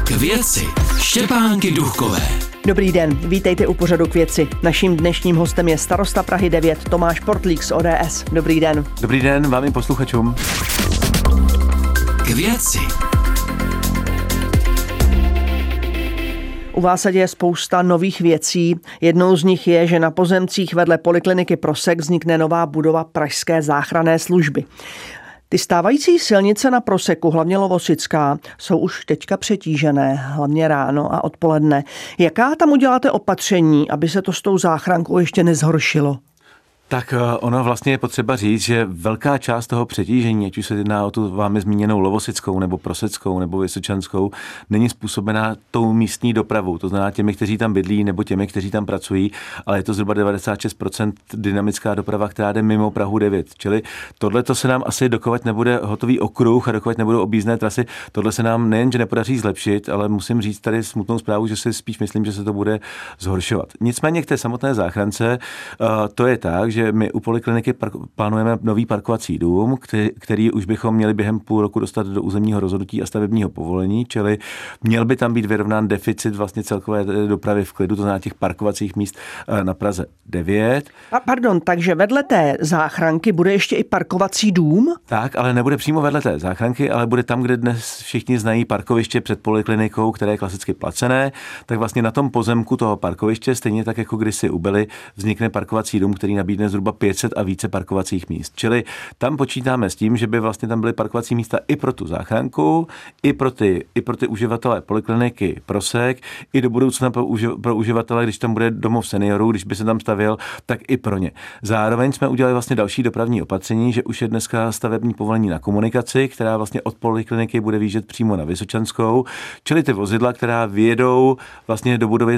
K věci Štěpánky Duchkové. Dobrý den, vítejte u pořadu K věci. Naším dnešním hostem je starosta Prahy 9 Tomáš Portlík z ODS. Dobrý den. Dobrý den vám i posluchačům. K věci. U vás se děje spousta nových věcí. Jednou z nich je, že na pozemcích vedle polikliniky Prosek vznikne nová budova Pražské záchranné služby. Ty stávající silnice na Proseku, hlavně Lovosická, jsou už teďka přetížené, hlavně ráno a odpoledne. Jaká tam uděláte opatření, aby se to s tou záchrankou ještě nezhoršilo? Tak ono vlastně je potřeba říct, že velká část toho přetížení, ať už se jedná o tu vámi zmíněnou Lovosickou nebo Proseckou nebo Vysočanskou, není způsobená tou místní dopravou, to znamená těmi, kteří tam bydlí nebo těmi, kteří tam pracují, ale je to zhruba 96% dynamická doprava, která jde mimo Prahu 9. Čili tohle to se nám asi dokovat nebude hotový okruh a dokovat nebudou objízdné trasy. Tohle se nám nejen, že nepodaří zlepšit, ale musím říct tady smutnou zprávu, že si spíš myslím, že se to bude zhoršovat. Nicméně k té samotné záchrance to je tak, že my u polikliniky plánujeme nový parkovací dům, který už bychom měli během půl roku dostat do územního rozhodnutí a stavebního povolení, čili měl by tam být vyrovnán deficit vlastně celkové dopravy v klidu, to znamená těch parkovacích míst na Praze 9. Pardon, takže vedle té záchranky bude ještě i parkovací dům? Tak, ale nebude přímo vedle té záchranky, ale bude tam, kde dnes všichni znají parkoviště před poliklinikou, které je klasicky placené, tak vlastně na tom pozemku toho parkoviště, stejně tak jako kdysi u Bely, vznikne parkovací dům, který nabídne zhruba 500 a více parkovacích míst. Čili tam počítáme s tím, že by vlastně tam byly parkovací místa i pro tu záchranku, i pro ty uživatele polikliniky Prosek, i do budoucna pro uživatele, když tam bude domov seniorů, když by se tam stavěl, tak i pro ně. Zároveň jsme udělali vlastně další dopravní opatření, že už je dneska stavební povolení na komunikaci, která vlastně od polikliniky bude výjíždět přímo na Vysočanskou, čili ty vozidla, která vyjedou vlastně do budovy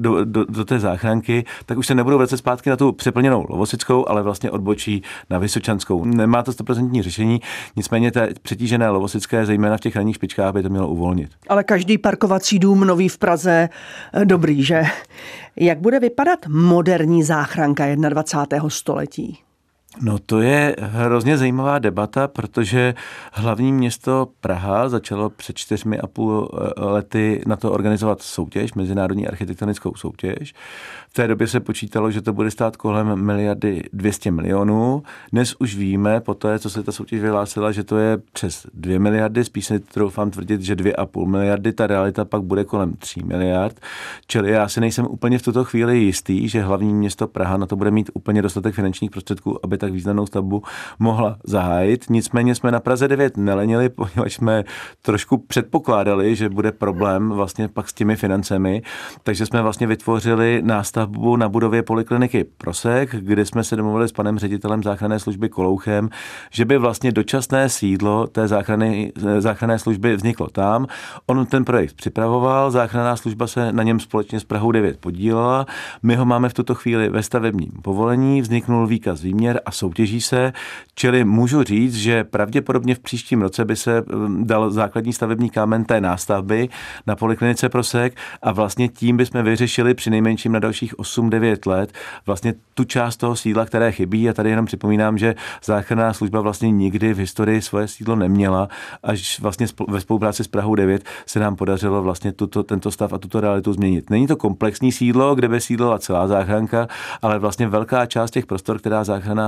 do té záchranky, tak už se nebudou vracet zpátky na tu přeplněnou Lovosickou, ale vlastně odbočí na Vysočanskou. Nemá to 100% řešení, nicméně té přetížené Lovosické, zejména v těch ranních špičkách, by to mělo uvolnit. Ale každý parkovací dům nový v Praze, dobrý, že? Jak bude vypadat moderní záchranka 21. století? No to je hrozně zajímavá debata, protože hlavní město Praha začalo před 4,5 lety na to organizovat soutěž, mezinárodní architektonickou soutěž. V té době se počítalo, že to bude stát kolem miliardy 200 milionů. Dnes už víme, po té, co se ta soutěž vyhlásila, že to je přes 2 miliardy, spíš si troufám tvrdit, že 2,5 miliardy, ta realita pak bude kolem 3 miliard. Čili já si nejsem úplně v tuto chvíli jistý, že hlavní město Praha na to bude mít úplně dostatek finančních prostředků, aby tak významnou stavbu mohla zahájit. Nicméně jsme na Praze 9 nelenili, poněvadž jsme trošku předpokládali, že bude problém vlastně pak s těmi financemi, takže jsme vlastně vytvořili nástavbu na budově polikliniky Prosek, kde jsme se domluvili s panem ředitelem záchranné služby Kolouchem, že by vlastně dočasné sídlo té záchranné služby vzniklo tam. On ten projekt připravoval, záchranná služba se na něm společně s Prahou 9 podílela. My ho máme v tuto chvíli ve stavebním povolení, vzniknul výkaz výměr a soutěží se, čili můžu říct, že pravděpodobně v příštím roce by se dal základní stavební kámen té nástavby na poliklinice Prosek a vlastně tím bychom vyřešili při nejmenším na dalších 8-9 let vlastně tu část toho sídla, které chybí, a tady jenom připomínám, že záchranná služba vlastně nikdy v historii svoje sídlo neměla, až vlastně ve spolupráci s Prahou 9 se nám podařilo vlastně tento stav a tuto realitu změnit. Není to komplexní sídlo, kde by sídlila celá záchranka, ale vlastně velká část těch prostor, které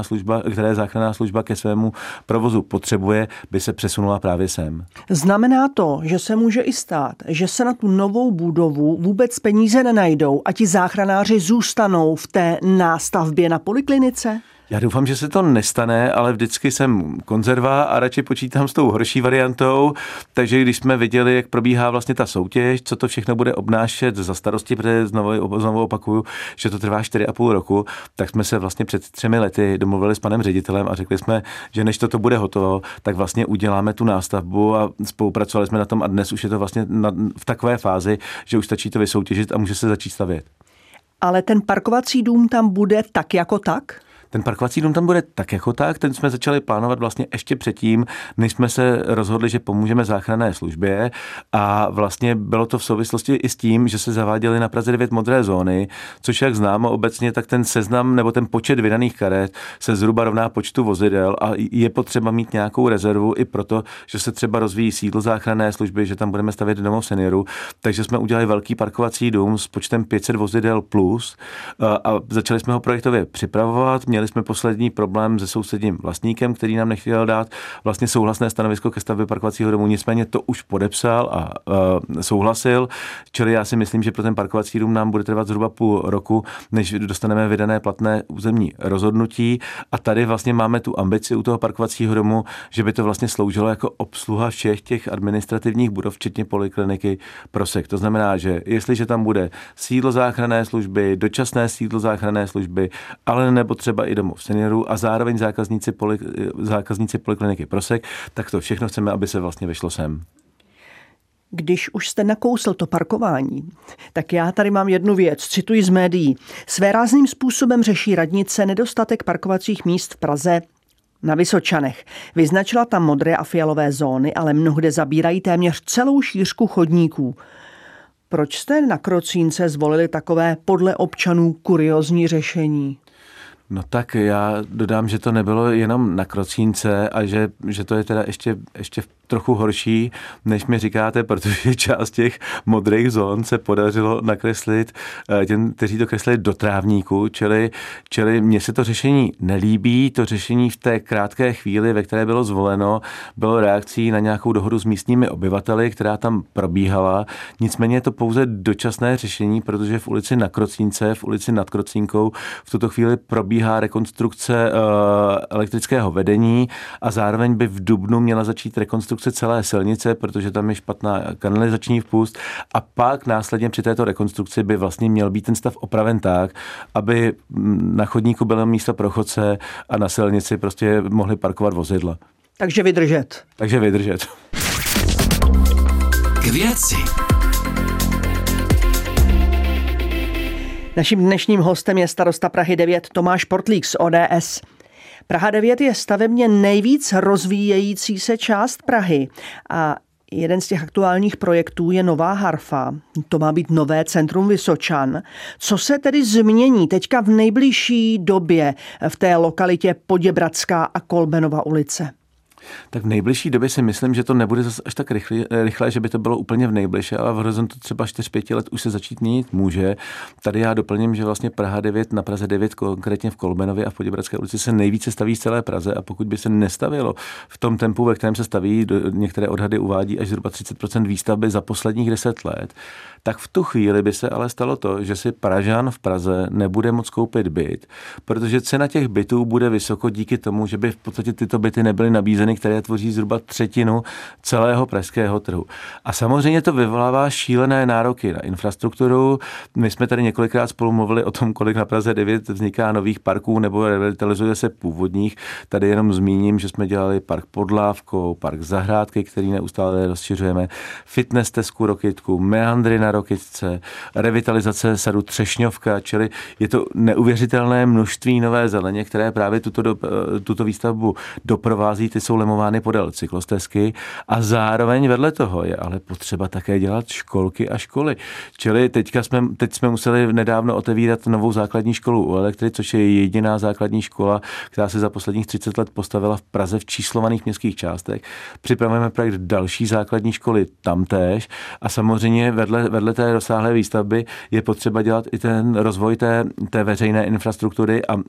záchranná služba ke svému provozu potřebuje, by se přesunula právě sem. Znamená to, že se může i stát, že se na tu novou budovu vůbec peníze nenajdou a ti záchranáři zůstanou v té nástavbě na poliklinice? Já doufám, že se to nestane, ale vždycky jsem konzerva a radši počítám s tou horší variantou, takže když jsme viděli, jak probíhá vlastně ta soutěž, co to všechno bude obnášet za starosti, protože znovu opakuju, že to trvá 4,5 roku, tak jsme se vlastně před 3 lety domluvili s panem ředitelem a řekli jsme, že než toto bude hotovo, tak vlastně uděláme tu nástavbu a spolupracovali jsme na tom a dnes už je to vlastně v takové fázi, že už stačí to vysoutěžit a může se začít stavět. Ale ten parkovací dům tam bude tak jako tak? Ten parkovací dům tam bude tak jako tak, ten jsme začali plánovat vlastně ještě předtím, než jsme se rozhodli, že pomůžeme záchranné službě a vlastně bylo to v souvislosti i s tím, že se zaváděly na Praze 9 modré zóny, což jak známo obecně, tak ten seznam nebo ten počet vydaných karet se zhruba rovná počtu vozidel a je potřeba mít nějakou rezervu i proto, že se třeba rozvíjí sídlo záchranné služby, že tam budeme stavět domov seniorů, takže jsme udělali velký parkovací dům s počtem 500 vozidel plus a začali jsme ho projektově připravovat. Měli jsme poslední problém se sousedním vlastníkem, který nám nechtěl dát vlastně souhlasné stanovisko ke stavbě parkovacího domu, nicméně to už podepsal a souhlasil, čili já si myslím, že pro ten parkovací dům nám bude trvat zhruba půl roku, než dostaneme vydané platné územní rozhodnutí a tady vlastně máme tu ambici u toho parkovacího domu, že by to vlastně sloužilo jako obsluha všech těch administrativních budov, včetně polikliniky Prosek. To znamená, že jestliže tam bude sídlo záchranné služby, dočasné sídlo záchranné služby, ale nebo třeba i domov seniorů a zároveň zákazníci polikliniky Prosek, tak to všechno chceme, aby se vlastně vešlo sem. Když už jste nakousl to parkování, tak já tady mám jednu věc, cituji z médií. Svérázným způsobem řeší radnice nedostatek parkovacích míst v Praze na Vysočanech. Vyznačila tam modré a fialové zóny, ale mnohde zabírají téměř celou šířku chodníků. Proč jste na Krocínce zvolili takové podle občanů kuriózní řešení? No tak já dodám, že to nebylo jenom na Krocínce a že to je teda ještě trochu horší, než mi říkáte, protože část těch modrých zón se podařilo nakreslit těm, kteří to kreslili do trávníku, čili mně se to řešení nelíbí. To řešení v té krátké chvíli, ve které bylo zvoleno, bylo reakcí na nějakou dohodu s místními obyvateli, která tam probíhala. Nicméně je to pouze dočasné řešení, protože v ulici na Krocínce, v ulici nad Krocínkou v tuto chvíli probíhá rekonstrukce elektrického vedení a zároveň by v dubnu měla začít rekonstrukce celé silnice, protože tam je špatná kanalizační vpust a pak následně při této rekonstrukci by vlastně měl být ten stav opraven tak, aby na chodníku bylo místo pro chodce a na silnici prostě mohli parkovat vozidla. Takže vydržet. K věci. Naším dnešním hostem je starosta Prahy 9 Tomáš Portlík z ODS. Praha 9 je stavebně nejvíc rozvíjející se část Prahy a jeden z těch aktuálních projektů je Nová Harfa. To má být nové centrum Vysočan. Co se tedy změní teďka v nejbližší době v té lokalitě Poděbradská a Kolbenova ulice? Tak v nejbližší době si myslím, že to nebude zase až tak rychle, že by to bylo úplně v nejbližší, ale v horizontu třeba 4-5 let už se začít měnit může. Tady já doplním, že vlastně Praha 9 na Praze 9, konkrétně v Kolbenově a v Poděbradské ulici se nejvíce staví z celé Praze a pokud by se nestavilo v tom tempu, ve kterém se staví, některé odhady uvádí až zhruba 30% výstavby za posledních 10 let, tak v tu chvíli by se ale stalo to, že si Pražan v Praze nebude moct koupit byt, protože cena těch bytů bude vysoko díky tomu, že by v podstatě tyto byty nebyly nabízeny, které tvoří zhruba 1/3 celého pražského trhu. A samozřejmě to vyvolává šílené nároky na infrastrukturu. My jsme tady několikrát spolu mluvili o tom, kolik na Praze 9 vzniká nových parků nebo revitalizuje se původních. Tady jenom zmíním, že jsme dělali park pod Lávkou, park Zahrádky, který neustále rozšiřujeme, fitness stezku Rokytku, meandry na Rokytce, revitalizace sadu Třešňovka, čili je to neuvěřitelné množství nové zeleně, které právě tuto výstavbu doprovází. Ty jsou lemovány podél cyklostezky a zároveň vedle toho je ale potřeba také dělat školky a školy. Čili teď jsme museli nedávno otevírat novou základní školu u Elektry, což je jediná základní škola, která se za posledních 30 let postavila v Praze v číslovaných městských částech. Připravujeme projekt další základní školy tamtéž a samozřejmě vedle té rozsáhlé výstavby je potřeba dělat i ten rozvoj té veřejné infrastruktury a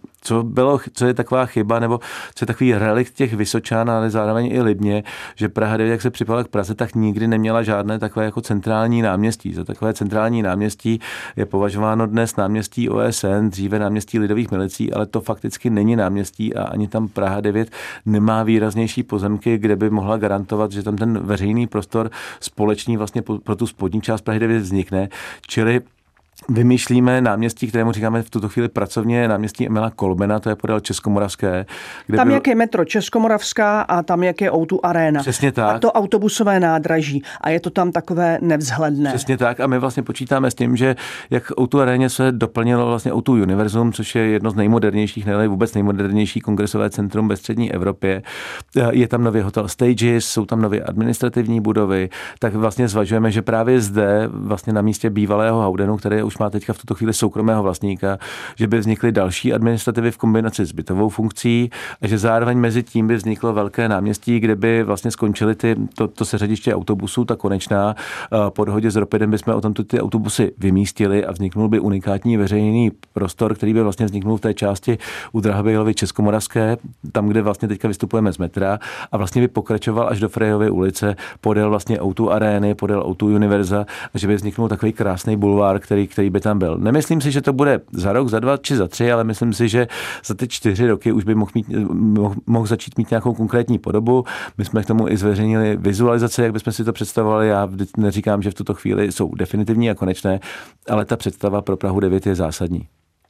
co je taková chyba nebo co je takový relikt těch Vysočan, ale zároveň i Libně, že Praha 9, jak se připala k Praze, tak nikdy neměla žádné takové jako centrální náměstí. Za takové centrální náměstí je považováno dnes náměstí OSN, dříve náměstí Lidových milicí, ale to fakticky není náměstí a ani tam Praha 9 nemá výraznější pozemky, kde by mohla garantovat, že tam ten veřejný prostor společný vlastně pro tu spodní část Prahy 9 vznikne. Čili Vymýšlíme náměstí, kterému říkáme v tuto chvíli pracovně náměstí Emila Kolbena, to je podél Českomoravské. Tam, jak je metro Českomoravská a tam, jak je O2 Arena. Přesně tak. A to autobusové nádraží. A je to tam takové nevzhledné. Přesně tak. A my vlastně počítáme s tím, že jak O2 Aréně se doplnilo vlastně O2 Univerzum, což je jedno z nejmodernějších, ne vůbec nejmodernější kongresové centrum ve střední Evropě. Je tam nový hotel Stages, jsou tam nové administrativní budovy, tak vlastně zvažujeme, že právě zde vlastně na místě bývalého Haudenu, který už má teďka v tuto chvíli soukromého vlastníka, že by vznikly další administrativy v kombinaci s bytovou funkcí a že zároveň mezi tím by vzniklo velké náměstí, kde by vlastně skončily to seřadiště autobusů, ta konečná. Po dohodě s Ropidem bychom o tomto ty autobusy vymístili a vzniknul by unikátní veřejný prostor, který by vlastně vzniknul v té části u Drahobejlovy Českomoravské, tam, kde vlastně teďka vystupujeme z metra a vlastně by pokračoval až do Frejovy ulice, podél vlastně O2 Arény, podél O2 Univerza a že by vzniknul takový krásný bulvár, který by tam byl. Nemyslím si, že to bude za rok, za 2 či za 3, ale myslím si, že za ty 4 roky už by mohl začít mít nějakou konkrétní podobu. My jsme k tomu i zveřejnili vizualizace, jak bychom si to představovali. Já neříkám, že v tuto chvíli jsou definitivní a konečné, ale ta představa pro Prahu 9 je zásadní.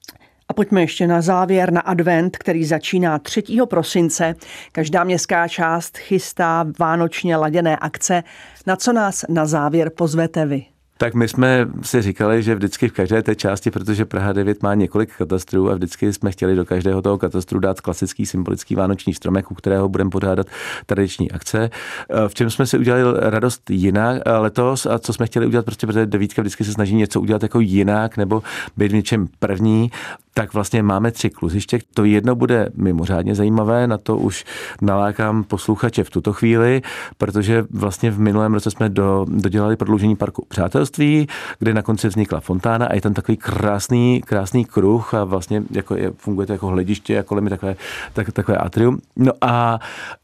A pojďme ještě na závěr na advent, který začíná 3. prosince. Každá městská část chystá vánočně laděné akce. Na co nás na závěr pozvete vy? Tak my jsme si říkali, že vždycky v každé té části, protože Praha 9 má několik katastrů a vždycky jsme chtěli do každého toho katastru dát klasický symbolický vánoční stromek, u kterého budeme pořádat tradiční akce. V čem jsme si udělali radost jinak letos a co jsme chtěli udělat, prostě protože 9 vždycky se snaží něco udělat jako jinak nebo být v něčem první, tak vlastně máme 3 kluziště. To jedno bude mimořádně zajímavé, na to už nalákám posluchače v tuto chvíli, protože vlastně v minulém roce jsme dodělali prodloužení parku Přátelství, kde na konci vznikla fontána a je tam takový krásný kruh a vlastně funguje to jako hlediště a kolem je takové atrium. No a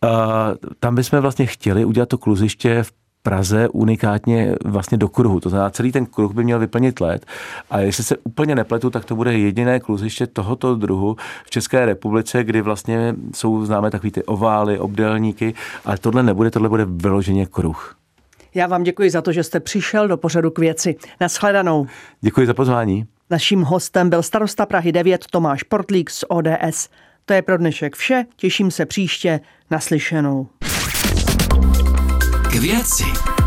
tam bychom vlastně chtěli udělat to kluziště v Praze unikátně vlastně do kruhu. To znamená, celý ten kruh by měl vyplnit led. A jestli se úplně nepletu, tak to bude jediné kluziště tohoto druhu v České republice, kdy vlastně jsou známé takový ty ovály, obdélníky, ale tohle bude vyloženě kruh. Já vám děkuji za to, že jste přišel do pořadu K věci. Nashledanou. Děkuji za pozvání. Naším hostem byl starosta Prahy 9 Tomáš Portlík z ODS. To je pro dnešek vše, těším se příště, naslyšenou. K věci.